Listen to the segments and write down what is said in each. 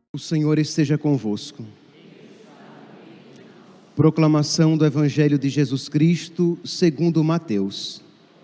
O Senhor esteja convosco. Proclamação do Evangelho de Jesus Cristo, segundo Mateus.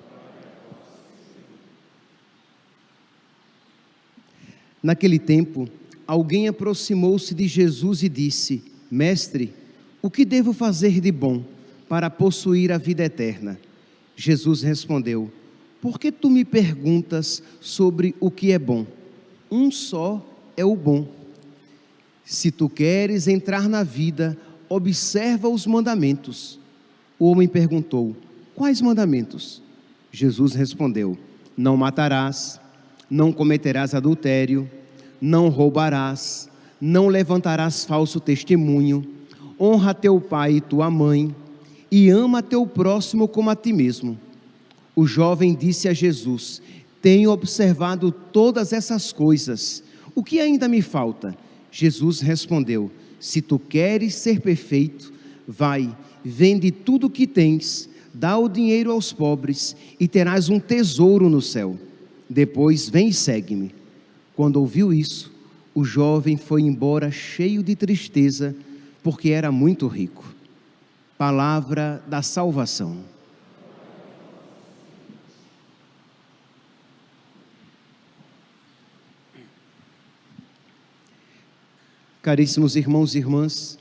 Naquele tempo, alguém aproximou-se de Jesus e disse: Mestre, o que devo fazer de bom para possuir a vida eterna? Jesus respondeu: Por que tu me perguntas sobre o que é bom? Um só é o bom. Se tu queres entrar na vida, observa os mandamentos. O homem perguntou: Quais mandamentos? Jesus respondeu: Não matarás, não cometerás adultério, não roubarás, não levantarás falso testemunho, honra teu pai e tua mãe, e ama teu próximo como a ti mesmo. O jovem disse a Jesus: Tenho observado todas essas coisas, o que ainda me falta? Jesus respondeu: Se tu queres ser perfeito, vai, vende tudo o que tens, dá o dinheiro aos pobres e terás um tesouro no céu. Depois vem e segue-me. Quando ouviu isso, o jovem foi embora cheio de tristeza, porque era muito rico. Palavra da salvação. Caríssimos irmãos e irmãs,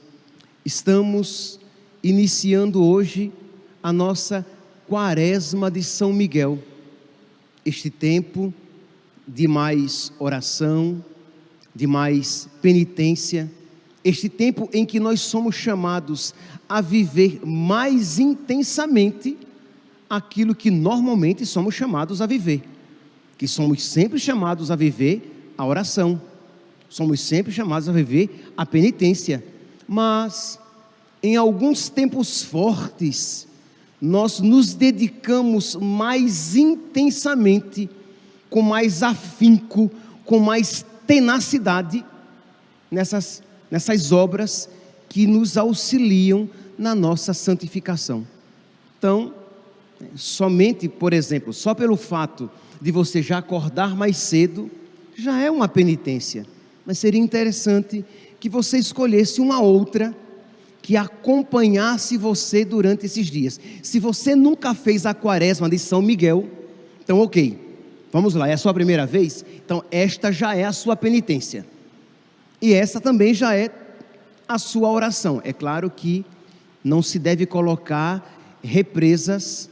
estamos iniciando hoje a nossa Quaresma de São Miguel, este tempo de mais oração, de mais penitência, este tempo em que nós somos chamados a viver mais intensamente aquilo que normalmente somos chamados a viver, que somos sempre chamados a viver a oração. Somos sempre chamados a viver a penitência, mas em alguns tempos fortes, nós nos dedicamos mais intensamente, com mais afinco, com mais tenacidade, nessas obras que nos auxiliam na nossa santificação. Então, somente, por exemplo, só pelo fato de você já acordar mais cedo, já é uma penitência. Mas seria interessante que você escolhesse uma outra que acompanhasse você durante esses dias. Se você nunca fez a Quaresma de São Miguel, então ok, vamos lá, é a sua primeira vez? Então esta já é a sua penitência. E essa também já é a sua oração. É claro que não se deve colocar represas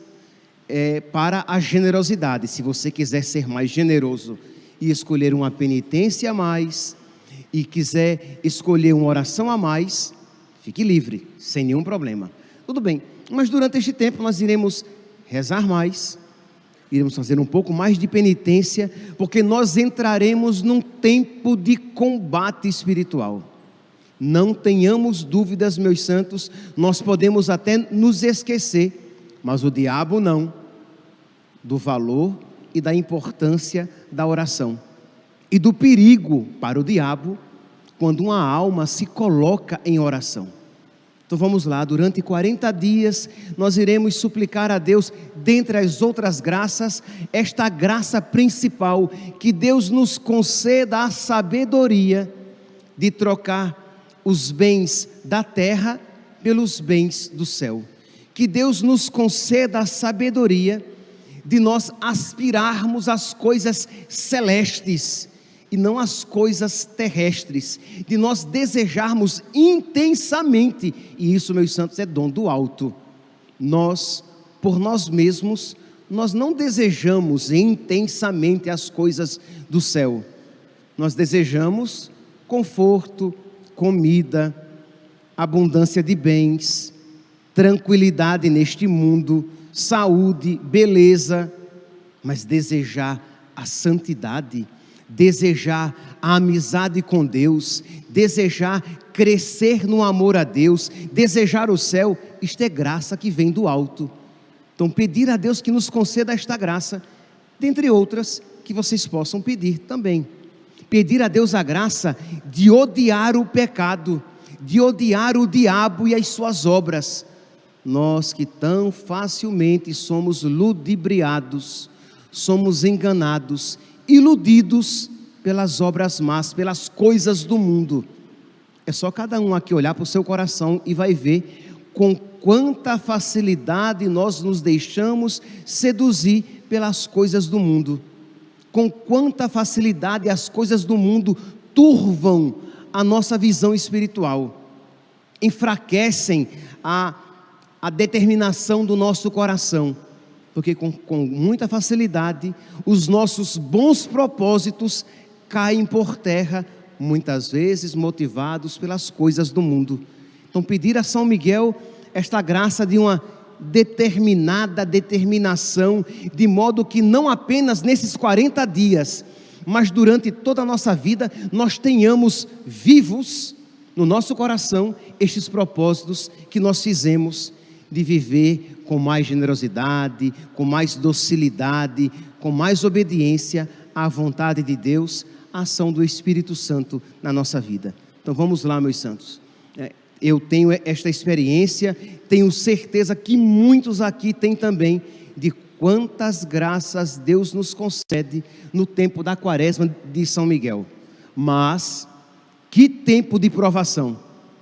para a generosidade. Se você quiser ser mais generoso e escolher uma penitência a mais, e quiser escolher uma oração a mais, fique livre, sem nenhum problema. Tudo bem, mas durante este tempo nós iremos rezar mais, iremos fazer um pouco mais de penitência, porque nós entraremos num tempo de combate espiritual. Não tenhamos dúvidas, meus santos, nós podemos até nos esquecer, mas o diabo não, do valor e da importância da oração. E do perigo para o diabo, quando uma alma se coloca em oração. Então vamos lá, durante 40 dias, nós iremos suplicar a Deus, dentre as outras graças, esta graça principal, que Deus nos conceda a sabedoria de trocar os bens da terra pelos bens do céu. Que Deus nos conceda a sabedoria de nós aspirarmos às coisas celestes, e não as coisas terrestres, de nós desejarmos intensamente, e isso, meus santos, é dom do alto. Nós, por nós mesmos, nós não desejamos intensamente as coisas do céu, nós desejamos conforto, comida, abundância de bens, tranquilidade neste mundo, saúde, beleza, mas desejar a santidade, desejar a amizade com Deus, desejar crescer no amor a Deus, desejar o céu, isto é graça que vem do alto. Então pedir a Deus que nos conceda esta graça, dentre outras que vocês possam pedir também. Pedir a Deus a graça de odiar o pecado, de odiar o diabo e as suas obras. Nós que tão facilmente somos ludibriados, somos enganados, iludidos pelas obras más, pelas coisas do mundo. É só cada um aqui olhar para o seu coração e vai ver com quanta facilidade nós nos deixamos seduzir pelas coisas do mundo. Com quanta facilidade as coisas do mundo turvam a nossa visão espiritual, enfraquecem a determinação do nosso coração, porque com muita facilidade os nossos bons propósitos caem por terra, muitas vezes motivados pelas coisas do mundo. Então, pedir a São Miguel esta graça de uma determinada determinação, de modo que não apenas nesses 40 dias, mas durante toda a nossa vida, nós tenhamos vivos no nosso coração estes propósitos que nós fizemos de viver com mais generosidade, com mais docilidade, com mais obediência à vontade de Deus, à ação do Espírito Santo na nossa vida. Então vamos lá, meus santos. Eu tenho esta experiência, tenho certeza que muitos aqui têm também, de quantas graças Deus nos concede no tempo da quaresma de São Miguel. Mas, que tempo de provação!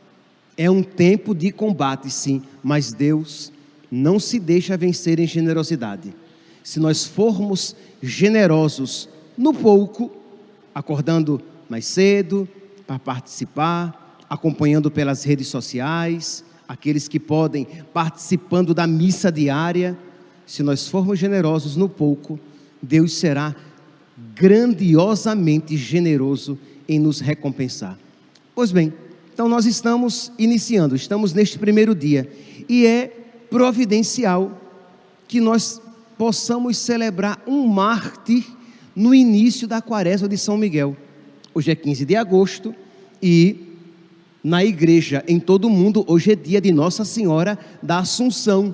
É um tempo de combate, sim, mas Deus não se deixa vencer em generosidade. Se nós formos generosos no pouco, acordando mais cedo para participar, acompanhando pelas redes sociais, aqueles que podem, participando da missa diária, se nós formos generosos no pouco, Deus será grandiosamente generoso em nos recompensar. Pois bem, então nós estamos iniciando, estamos neste primeiro dia, e é providencial que nós possamos celebrar um mártir no início da quaresma de São Miguel. Hoje é 15 de agosto e na igreja em todo o mundo, hoje é dia de Nossa Senhora da Assunção.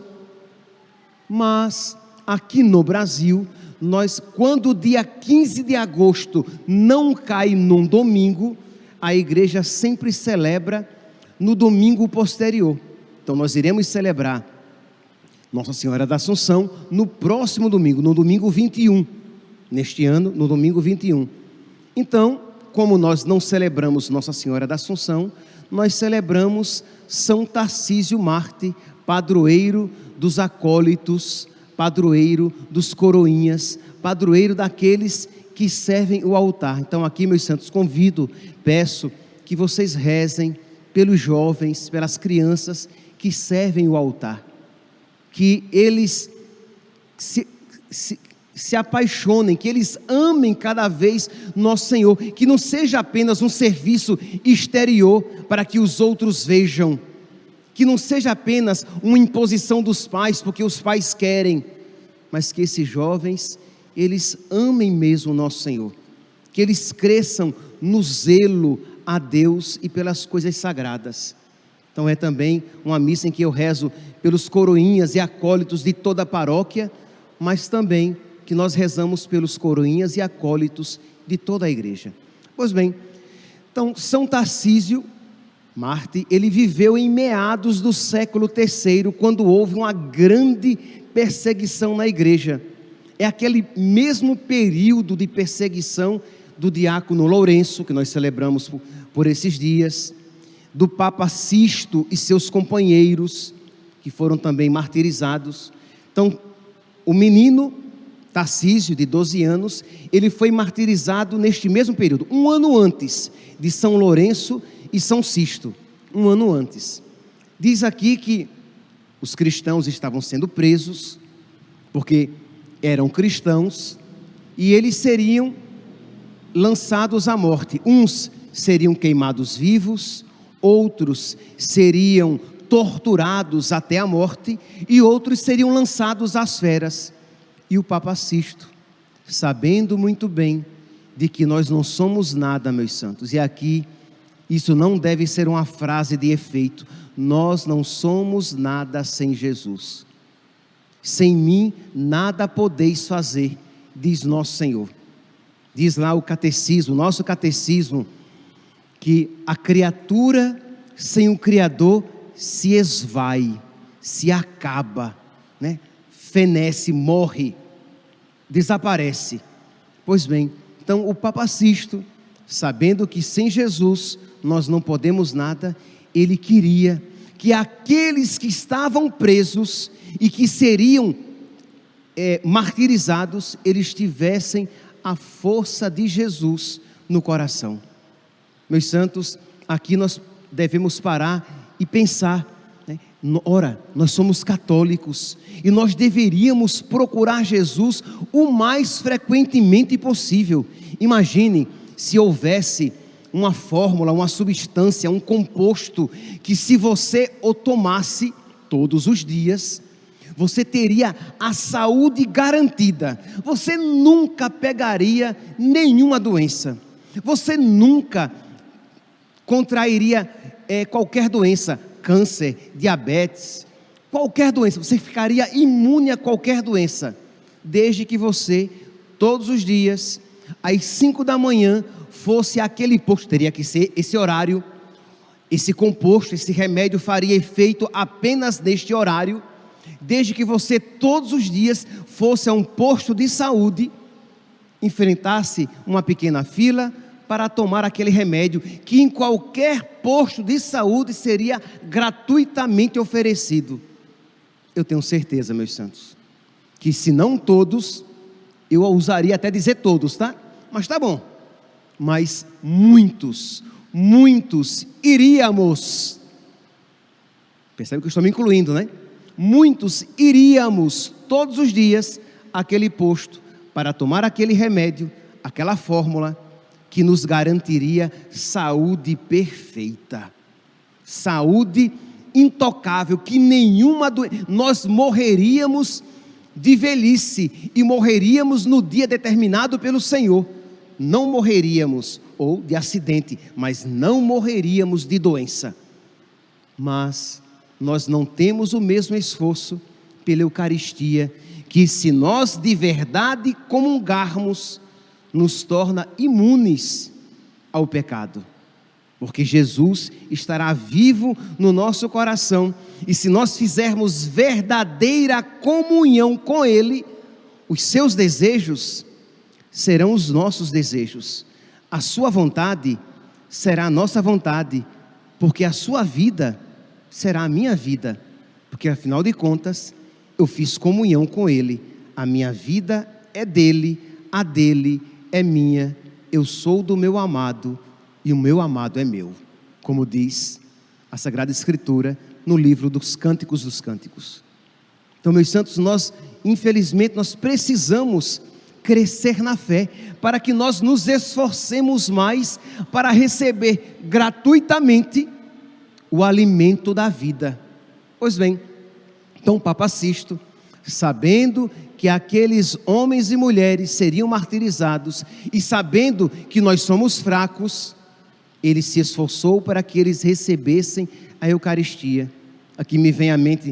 Mas aqui no Brasil, nós, quando o dia 15 de agosto não cai num domingo, a igreja sempre celebra no domingo posterior. Então nós iremos celebrar Nossa Senhora da Assunção no próximo domingo, no domingo 21. Neste ano, no domingo 21. Então, como nós não celebramos Nossa Senhora da Assunção, nós celebramos São Tarcísio Mártir, padroeiro dos acólitos, padroeiro dos coroinhas, padroeiro daqueles que servem o altar. Então aqui, meus santos, convido, peço que vocês rezem pelos jovens, pelas crianças que servem o altar, que eles se apaixonem, que eles amem cada vez nosso Senhor, que não seja apenas um serviço exterior para que os outros vejam, que não seja apenas uma imposição dos pais porque os pais querem, mas que esses jovens, eles amem mesmo nosso Senhor, que eles cresçam no zelo a Deus e pelas coisas sagradas. Então é também uma missa em que eu rezo pelos coroinhas e acólitos de toda a paróquia, mas também que nós rezamos pelos coroinhas e acólitos de toda a igreja. Pois bem, então São Tarcísio Mártir, ele viveu em meados do século III, quando houve uma grande perseguição na igreja. É aquele mesmo período de perseguição do diácono Lourenço, que nós celebramos por esses dias, do Papa Sisto e seus companheiros, que foram também martirizados. Então, o menino Tarcísio, de 12 anos, ele foi martirizado neste mesmo período, um ano antes de São Lourenço e São Sisto, um ano antes. Diz aqui que os cristãos estavam sendo presos, porque eram cristãos, e eles seriam lançados à morte. Uns seriam queimados vivos, outros seriam torturados até a morte, e outros seriam lançados às feras. E o Papa Sisto, sabendo muito bem de que nós não somos nada, meus santos, e aqui isso não deve ser uma frase de efeito, nós não somos nada sem Jesus. Sem mim nada podeis fazer, diz nosso Senhor. Diz lá o catecismo, nosso catecismo, que a criatura sem o Criador se esvai, se acaba, né? Fenece, morre, desaparece. Pois bem, Então o Papa Sisto, sabendo que sem Jesus nós não podemos nada, ele queria que aqueles que estavam presos e que seriam martirizados, eles tivessem a força de Jesus no coração. Meus santos, aqui nós devemos parar e pensar, né? Ora, nós somos católicos e nós deveríamos procurar Jesus o mais frequentemente possível. Imagine se houvesse uma fórmula, uma substância, um composto que, se você o tomasse todos os dias, você teria a saúde garantida. Você nunca pegaria nenhuma doença. Você nunca contrairia qualquer doença, câncer, diabetes, qualquer doença. Você ficaria imune a qualquer doença, desde que você, todos os dias, às 5 da manhã, fosse aquele posto. Teria que ser esse horário, esse composto, esse remédio faria efeito apenas neste horário, desde que você todos os dias fosse a um posto de saúde, enfrentasse uma pequena fila para tomar aquele remédio, que em qualquer posto de saúde seria gratuitamente oferecido. Eu tenho certeza, meus santos, que se não todos, eu ousaria até dizer todos, tá? Mas tá bom. Mas muitos iríamos. Percebe que eu estou me incluindo, né? Muitos iríamos todos os dias àquele posto para tomar aquele remédio, aquela fórmula que nos garantiria saúde perfeita, saúde intocável, que nenhuma doença. Nós morreríamos de velhice e morreríamos no dia determinado pelo Senhor. Não morreríamos ou de acidente, mas não morreríamos de doença. Mas nós não temos o mesmo esforço pela Eucaristia, que, se nós de verdade comungarmos, nos torna imunes ao pecado, porque Jesus estará vivo no nosso coração, e se nós fizermos verdadeira comunhão com Ele, os seus desejos serão os nossos desejos, a sua vontade será a nossa vontade, porque a sua vida será a minha vida, porque afinal de contas eu fiz comunhão com Ele. A minha vida é dele, a dele é minha. Eu sou do meu amado e o meu amado é meu, como diz a Sagrada Escritura no livro dos Cânticos dos Cânticos. Então, meus santos, nós infelizmente nós precisamos crescer na fé, para que nós nos esforcemos mais para receber gratuitamente o alimento da vida. Pois bem, então o Papa Sisto, sabendo que aqueles homens e mulheres seriam martirizados e sabendo que nós somos fracos, ele se esforçou para que eles recebessem a Eucaristia. Aqui me vem à mente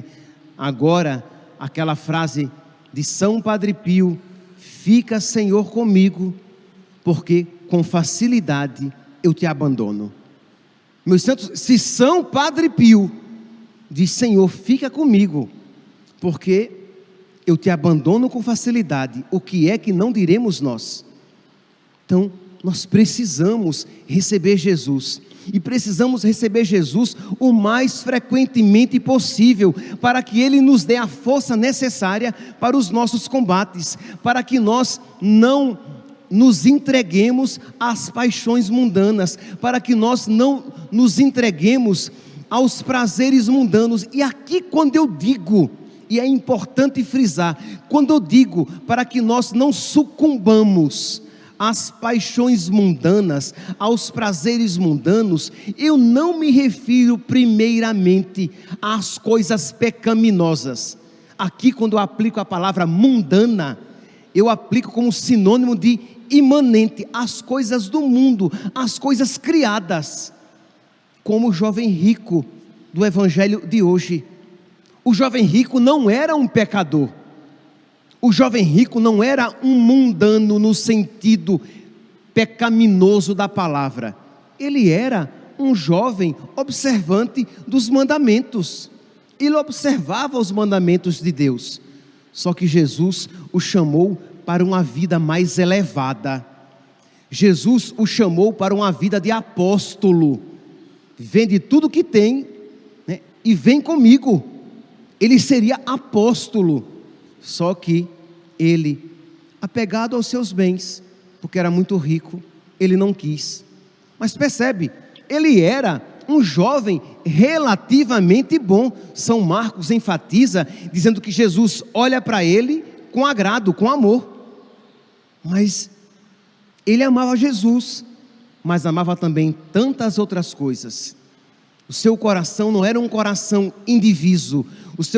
agora aquela frase de São Padre Pio: fica, Senhor, comigo, porque com facilidade eu te abandono. Meus santos, se São Padre Pio diz: Senhor, fica comigo, porque eu te abandono com facilidade, o que é que não diremos nós? Então, nós precisamos receber Jesus, e precisamos receber Jesus o mais frequentemente possível, para que Ele nos dê a força necessária para os nossos combates, para que nós não nos entreguemos às paixões mundanas, para que nós não nos entreguemos aos prazeres mundanos. E aqui, quando eu digo, e é importante frisar, quando eu digo para que nós não sucumbamos às paixões mundanas, aos prazeres mundanos, eu não me refiro primeiramente às coisas pecaminosas. Aqui, quando eu aplico a palavra mundana, eu aplico como sinônimo de imanente, as coisas do mundo, as coisas criadas, como o jovem rico do evangelho de hoje. O jovem rico não era um pecador, o jovem rico não era um mundano no sentido pecaminoso da palavra, ele era um jovem observante dos mandamentos, ele observava os mandamentos de Deus, só que Jesus o chamou para uma vida mais elevada. Jesus o chamou para uma vida de apóstolo. Vende tudo que tem, né, e vem comigo. Ele seria apóstolo. Só que ele, apegado aos seus bens, porque era muito rico, ele não quis. Mas percebe, ele era um jovem relativamente bom. São Marcos enfatiza, dizendo que Jesus olha para ele com agrado, com amor. Mas ele amava Jesus, mas amava também tantas outras coisas. O seu coração não era um coração indiviso.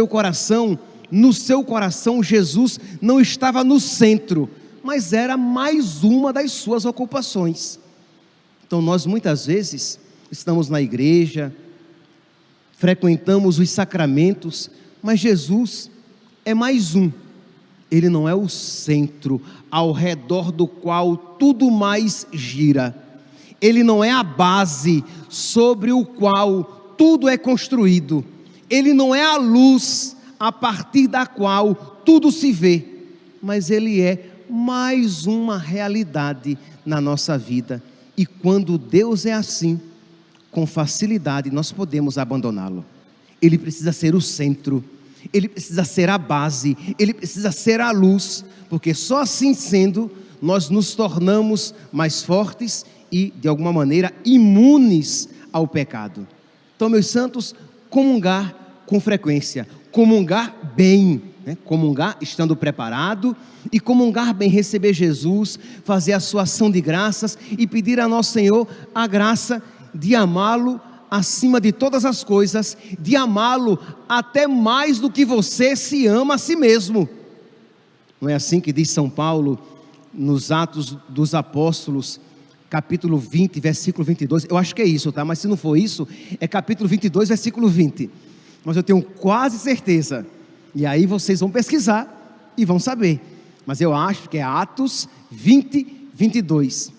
No seu coração, Jesus não estava no centro, mas era mais uma das suas ocupações. Então nós muitas vezes estamos na igreja, frequentamos os sacramentos, mas Jesus é mais um. Ele não é o centro ao redor do qual tudo mais gira. Ele não é a base sobre o qual tudo é construído. Ele não é a luz a partir da qual tudo se vê. Mas ele é mais uma realidade na nossa vida. E quando Deus é assim, com facilidade nós podemos abandoná-lo. Ele precisa ser o centro. Ele precisa ser a base, ele precisa ser a luz, porque só assim sendo, nós nos tornamos mais fortes e, de alguma maneira, imunes ao pecado. Então, meus santos, comungar com frequência, comungar bem, né? Comungar estando preparado e comungar bem, receber Jesus, fazer a sua ação de graças e pedir a nosso Senhor a graça de amá-lo acima de todas as coisas, de amá-lo até mais do que você se ama a si mesmo. Não é assim que diz São Paulo nos Atos dos Apóstolos, capítulo 20, versículo 22, eu acho que é isso, tá? Mas se não for isso, é capítulo 22, versículo 20, mas eu tenho quase certeza, e aí vocês vão pesquisar e vão saber, mas eu acho que é Atos 20, 22,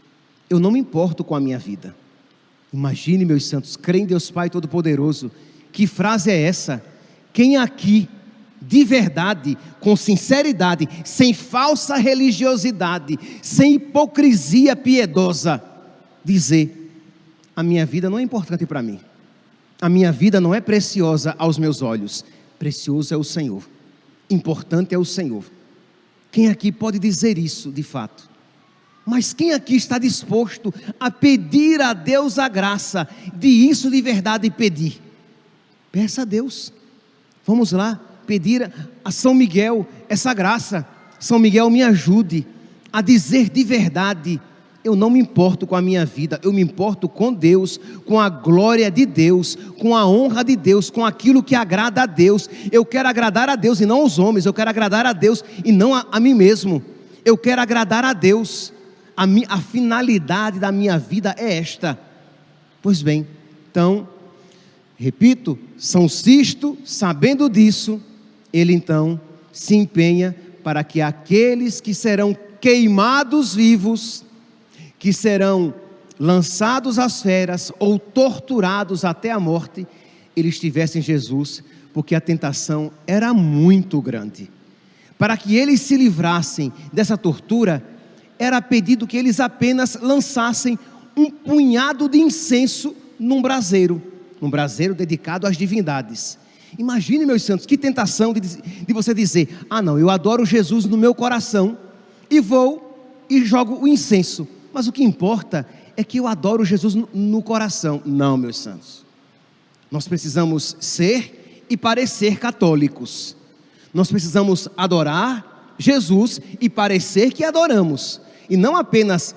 eu não me importo com a minha vida. Imagine, meus santos, crê em Deus Pai Todo-Poderoso. Que frase é essa? Quem aqui, de verdade, com sinceridade, sem falsa religiosidade, sem hipocrisia piedosa, dizer: a minha vida não é importante para mim, a minha vida não é preciosa aos meus olhos, precioso é o Senhor, importante é o Senhor. Quem aqui pode dizer isso de fato? Mas quem aqui está disposto a pedir a Deus a graça de isso de verdade pedir? Peça a Deus. Vamos lá, pedir a São Miguel essa graça. São Miguel, me ajude a dizer de verdade: eu não me importo com a minha vida, eu me importo com Deus, com a glória de Deus, com a honra de Deus, com aquilo que agrada a Deus. Eu quero agradar a Deus e não aos homens, eu quero agradar a Deus e não a mim mesmo. Eu quero agradar a Deus. A finalidade da minha vida é esta. Pois bem, então, repito, São Sisto, sabendo disso, ele então se empenha para que aqueles que serão queimados vivos, que serão lançados às feras ou torturados até a morte, eles tivessem Jesus, porque a tentação era muito grande. Para que eles se livrassem dessa tortura, era pedido que eles apenas lançassem um punhado de incenso num braseiro dedicado às divindades. Imagine, meus santos, que tentação de você dizer: ah não, eu adoro Jesus no meu coração, e vou e jogo o incenso, mas o que importa é que eu adoro Jesus no coração. Não, meus santos, nós precisamos ser e parecer católicos, nós precisamos adorar Jesus e parecer que adoramos, e não apenas,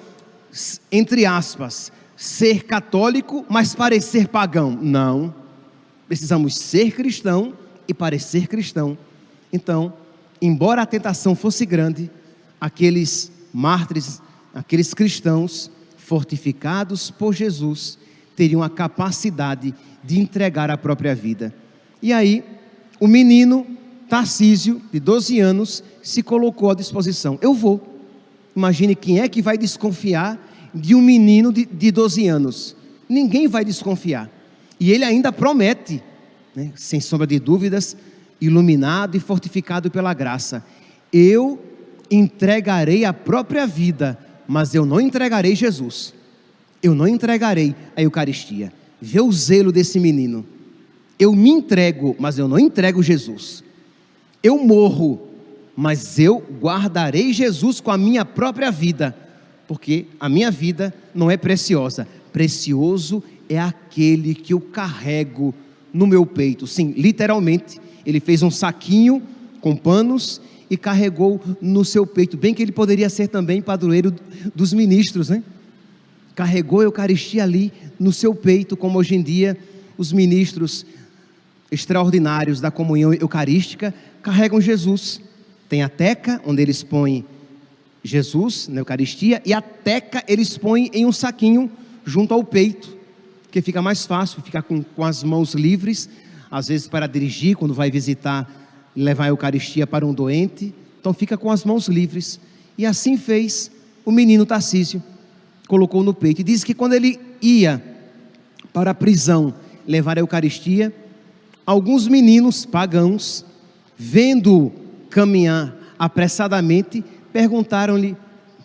entre aspas, ser católico, mas parecer pagão. Não, precisamos ser cristão e parecer cristão. Então, embora a tentação fosse grande, aqueles mártires, aqueles cristãos fortificados por Jesus, teriam a capacidade de entregar a própria vida. E aí, o menino Tarcísio, de 12 anos, se colocou à disposição. Eu vou. Imagine quem é que vai desconfiar de um menino de 12 anos. Ninguém vai desconfiar. E ele ainda promete, né, sem sombra de dúvidas, iluminado e fortificado pela graça: eu entregarei a própria vida mas eu não entregarei Jesus. Eu não entregarei a Eucaristia. Vê o zelo desse menino. Eu me entrego, mas eu não entrego Jesus. Eu morro, mas eu guardarei Jesus com a minha própria vida, porque a minha vida não é preciosa. Precioso é aquele que eu carrego no meu peito. Sim, literalmente, ele fez um saquinho com panos e carregou no seu peito. Bem que ele poderia ser também padroeiro dos ministros, né? Carregou a Eucaristia ali no seu peito, como hoje em dia os ministros extraordinários da comunhão eucarística carregam Jesus. Tem a teca, onde eles põem Jesus na Eucaristia, e a teca eles põem em um saquinho junto ao peito, que fica mais fácil, ficar com as mãos livres, às vezes para dirigir, quando vai visitar, levar a Eucaristia para um doente, então fica com as mãos livres. E assim fez o menino Tarcísio, colocou no peito, e diz que quando ele ia para a prisão levar a Eucaristia, alguns meninos pagãos, vendo caminhar apressadamente, perguntaram-lhe,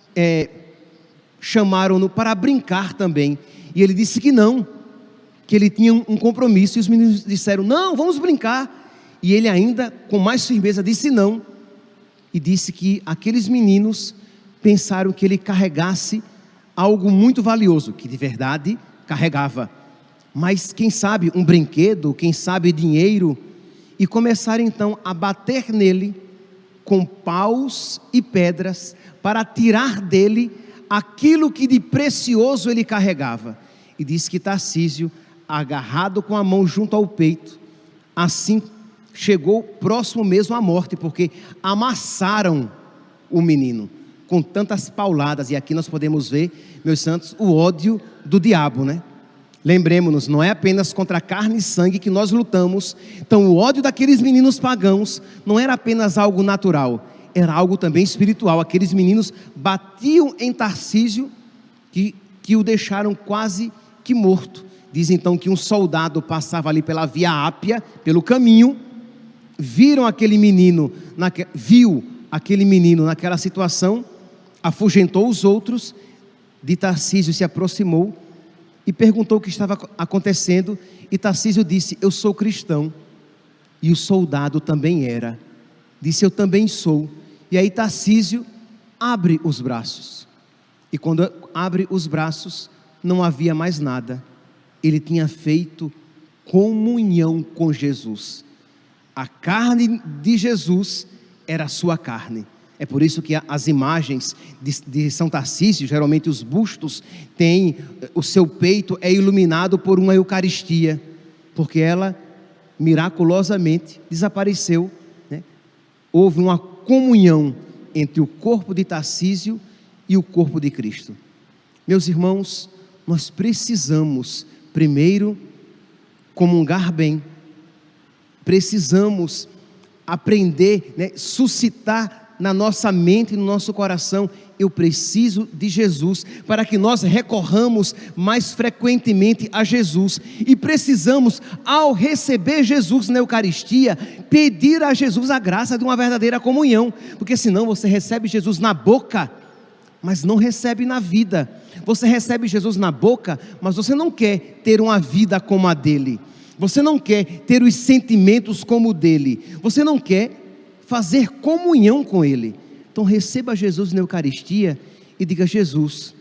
chamaram-no para brincar também, e ele disse que não, que ele tinha um compromisso, e os meninos disseram, não, vamos brincar, e ele ainda com mais firmeza disse não, e disse que aqueles meninos pensaram que ele carregasse algo muito valioso, que de verdade carregava, mas quem sabe um brinquedo, quem sabe dinheiro, e começaram então a bater nele com paus e pedras, para tirar dele aquilo que de precioso ele carregava. E diz que Tarcísio, agarrado com a mão junto ao peito, assim chegou próximo mesmo à morte, porque amassaram o menino com tantas pauladas. E aqui nós podemos ver, meus santos, o ódio do diabo, né? Lembremos-nos, não é apenas contra carne e sangue que nós lutamos. Então o ódio daqueles meninos pagãos não era apenas algo natural, era algo também espiritual. Aqueles meninos batiam em Tarcísio, que o deixaram quase que morto. Diz então que um soldado passava ali pela Via Ápia, pelo caminho, viu aquele menino naquela situação, afugentou os outros, de Tarcísio se aproximou e perguntou o que estava acontecendo, e Tarcísio disse, eu sou cristão. E o soldado também era, disse, eu também sou. E aí Tarcísio abre os braços, e quando abre os braços, não havia mais nada. Ele tinha feito comunhão com Jesus. A carne de Jesus era a sua carne. É por isso que as imagens de São Tarcísio, geralmente os bustos, têm, o seu peito é iluminado por uma Eucaristia, porque ela miraculosamente desapareceu, né? Houve uma comunhão entre o corpo de Tarcísio e o corpo de Cristo. Meus irmãos, nós precisamos primeiro comungar bem, precisamos aprender, né, suscitar na nossa mente e no nosso coração, eu preciso de Jesus, para que nós recorramos mais frequentemente a Jesus, e precisamos, ao receber Jesus na Eucaristia, pedir a Jesus a graça de uma verdadeira comunhão, porque senão você recebe Jesus na boca, mas não recebe na vida. Você recebe Jesus na boca, mas você não quer ter uma vida como a dele, você não quer ter os sentimentos como o dele, você não quer fazer comunhão com ele. Então receba Jesus na Eucaristia e diga, Jesus,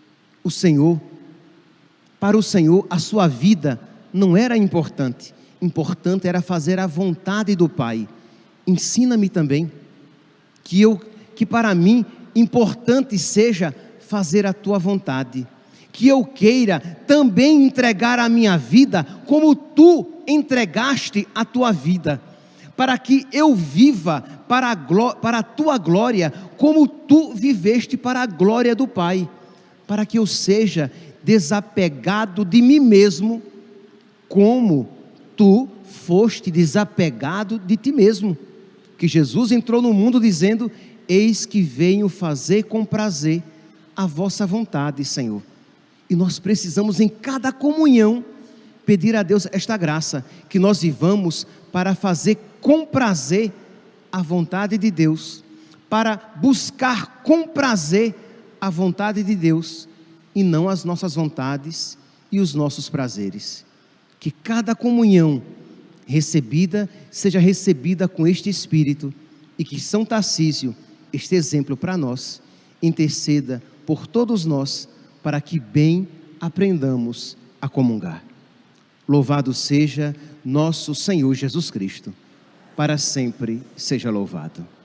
para o Senhor a sua vida não era importante, importante era fazer a vontade do Pai. Ensina-me também, que para mim importante seja fazer a tua vontade, que eu queira também entregar a minha vida como tu entregaste a tua vida, para que eu viva para a tua glória, como tu viveste para a glória do Pai, para que eu seja desapegado de mim mesmo, como tu foste desapegado de ti mesmo. Que Jesus entrou no mundo dizendo, eis que venho fazer com prazer a vossa vontade, Senhor. E nós precisamos em cada comunhão pedir a Deus esta graça, que nós vivamos para fazer com prazer a vontade de Deus, para buscar com prazer a vontade de Deus e não as nossas vontades e os nossos prazeres. Que cada comunhão recebida seja recebida com este espírito e que São Tarcísio, este exemplo para nós, interceda por todos nós para que bem aprendamos a comungar. Louvado seja nosso Senhor Jesus Cristo, para sempre seja louvado.